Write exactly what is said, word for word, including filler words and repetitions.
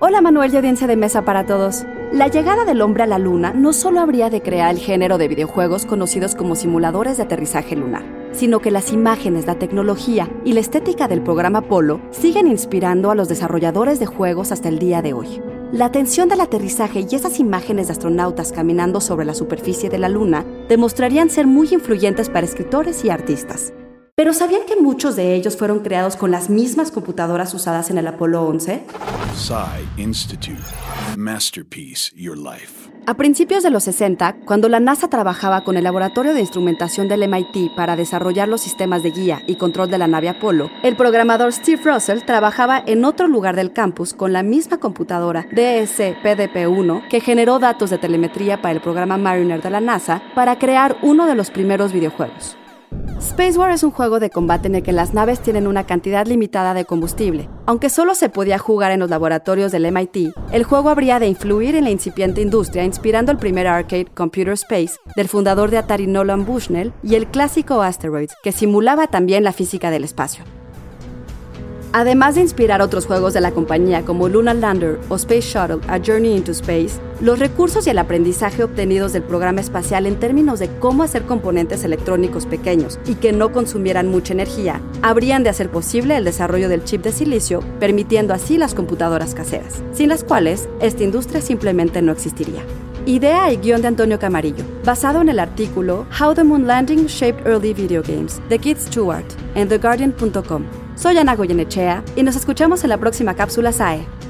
Hola Manuel y audiencia de Mesa para Todos. La llegada del hombre a la luna no solo habría de crear el género de videojuegos conocidos como simuladores de aterrizaje lunar, sino que las imágenes, la tecnología y la estética del programa Apolo siguen inspirando a los desarrolladores de juegos hasta el día de hoy. La atención del aterrizaje y esas imágenes de astronautas caminando sobre la superficie de la luna demostrarían ser muy influyentes para escritores y artistas. ¿Pero sabían que muchos de ellos fueron creados con las mismas computadoras usadas en el Apolo once? Psi Institute. Masterpiece Your Life. A principios de los sesenta, cuando la NASA trabajaba con el Laboratorio de Instrumentación del M I T para desarrollar los sistemas de guía y control de la nave Apolo, el programador Steve Russell trabajaba en otro lugar del campus con la misma computadora D S P D P uno que generó datos de telemetría para el programa Mariner de la NASA para crear uno de los primeros videojuegos. Space War es un juego de combate en el que las naves tienen una cantidad limitada de combustible. Aunque solo se podía jugar en los laboratorios del M I T, el juego habría de influir en la incipiente industria, inspirando el primer arcade Computer Space del fundador de Atari Nolan Bushnell y el clásico Asteroids, que simulaba también la física del espacio. Además de inspirar otros juegos de la compañía como Lunar Lander o Space Shuttle: A Journey into Space, los recursos y el aprendizaje obtenidos del programa espacial en términos de cómo hacer componentes electrónicos pequeños y que no consumieran mucha energía, habrían de hacer posible el desarrollo del chip de silicio, permitiendo así las computadoras caseras, sin las cuales esta industria simplemente no existiría. Idea y guión de Antonio Camarillo, basado en el artículo How the Moon Landing Shaped Early Video Games, de Keith Stewart, en the guardian punto com. Soy Ana Goyenechea y nos escuchamos en la próxima cápsula S A E.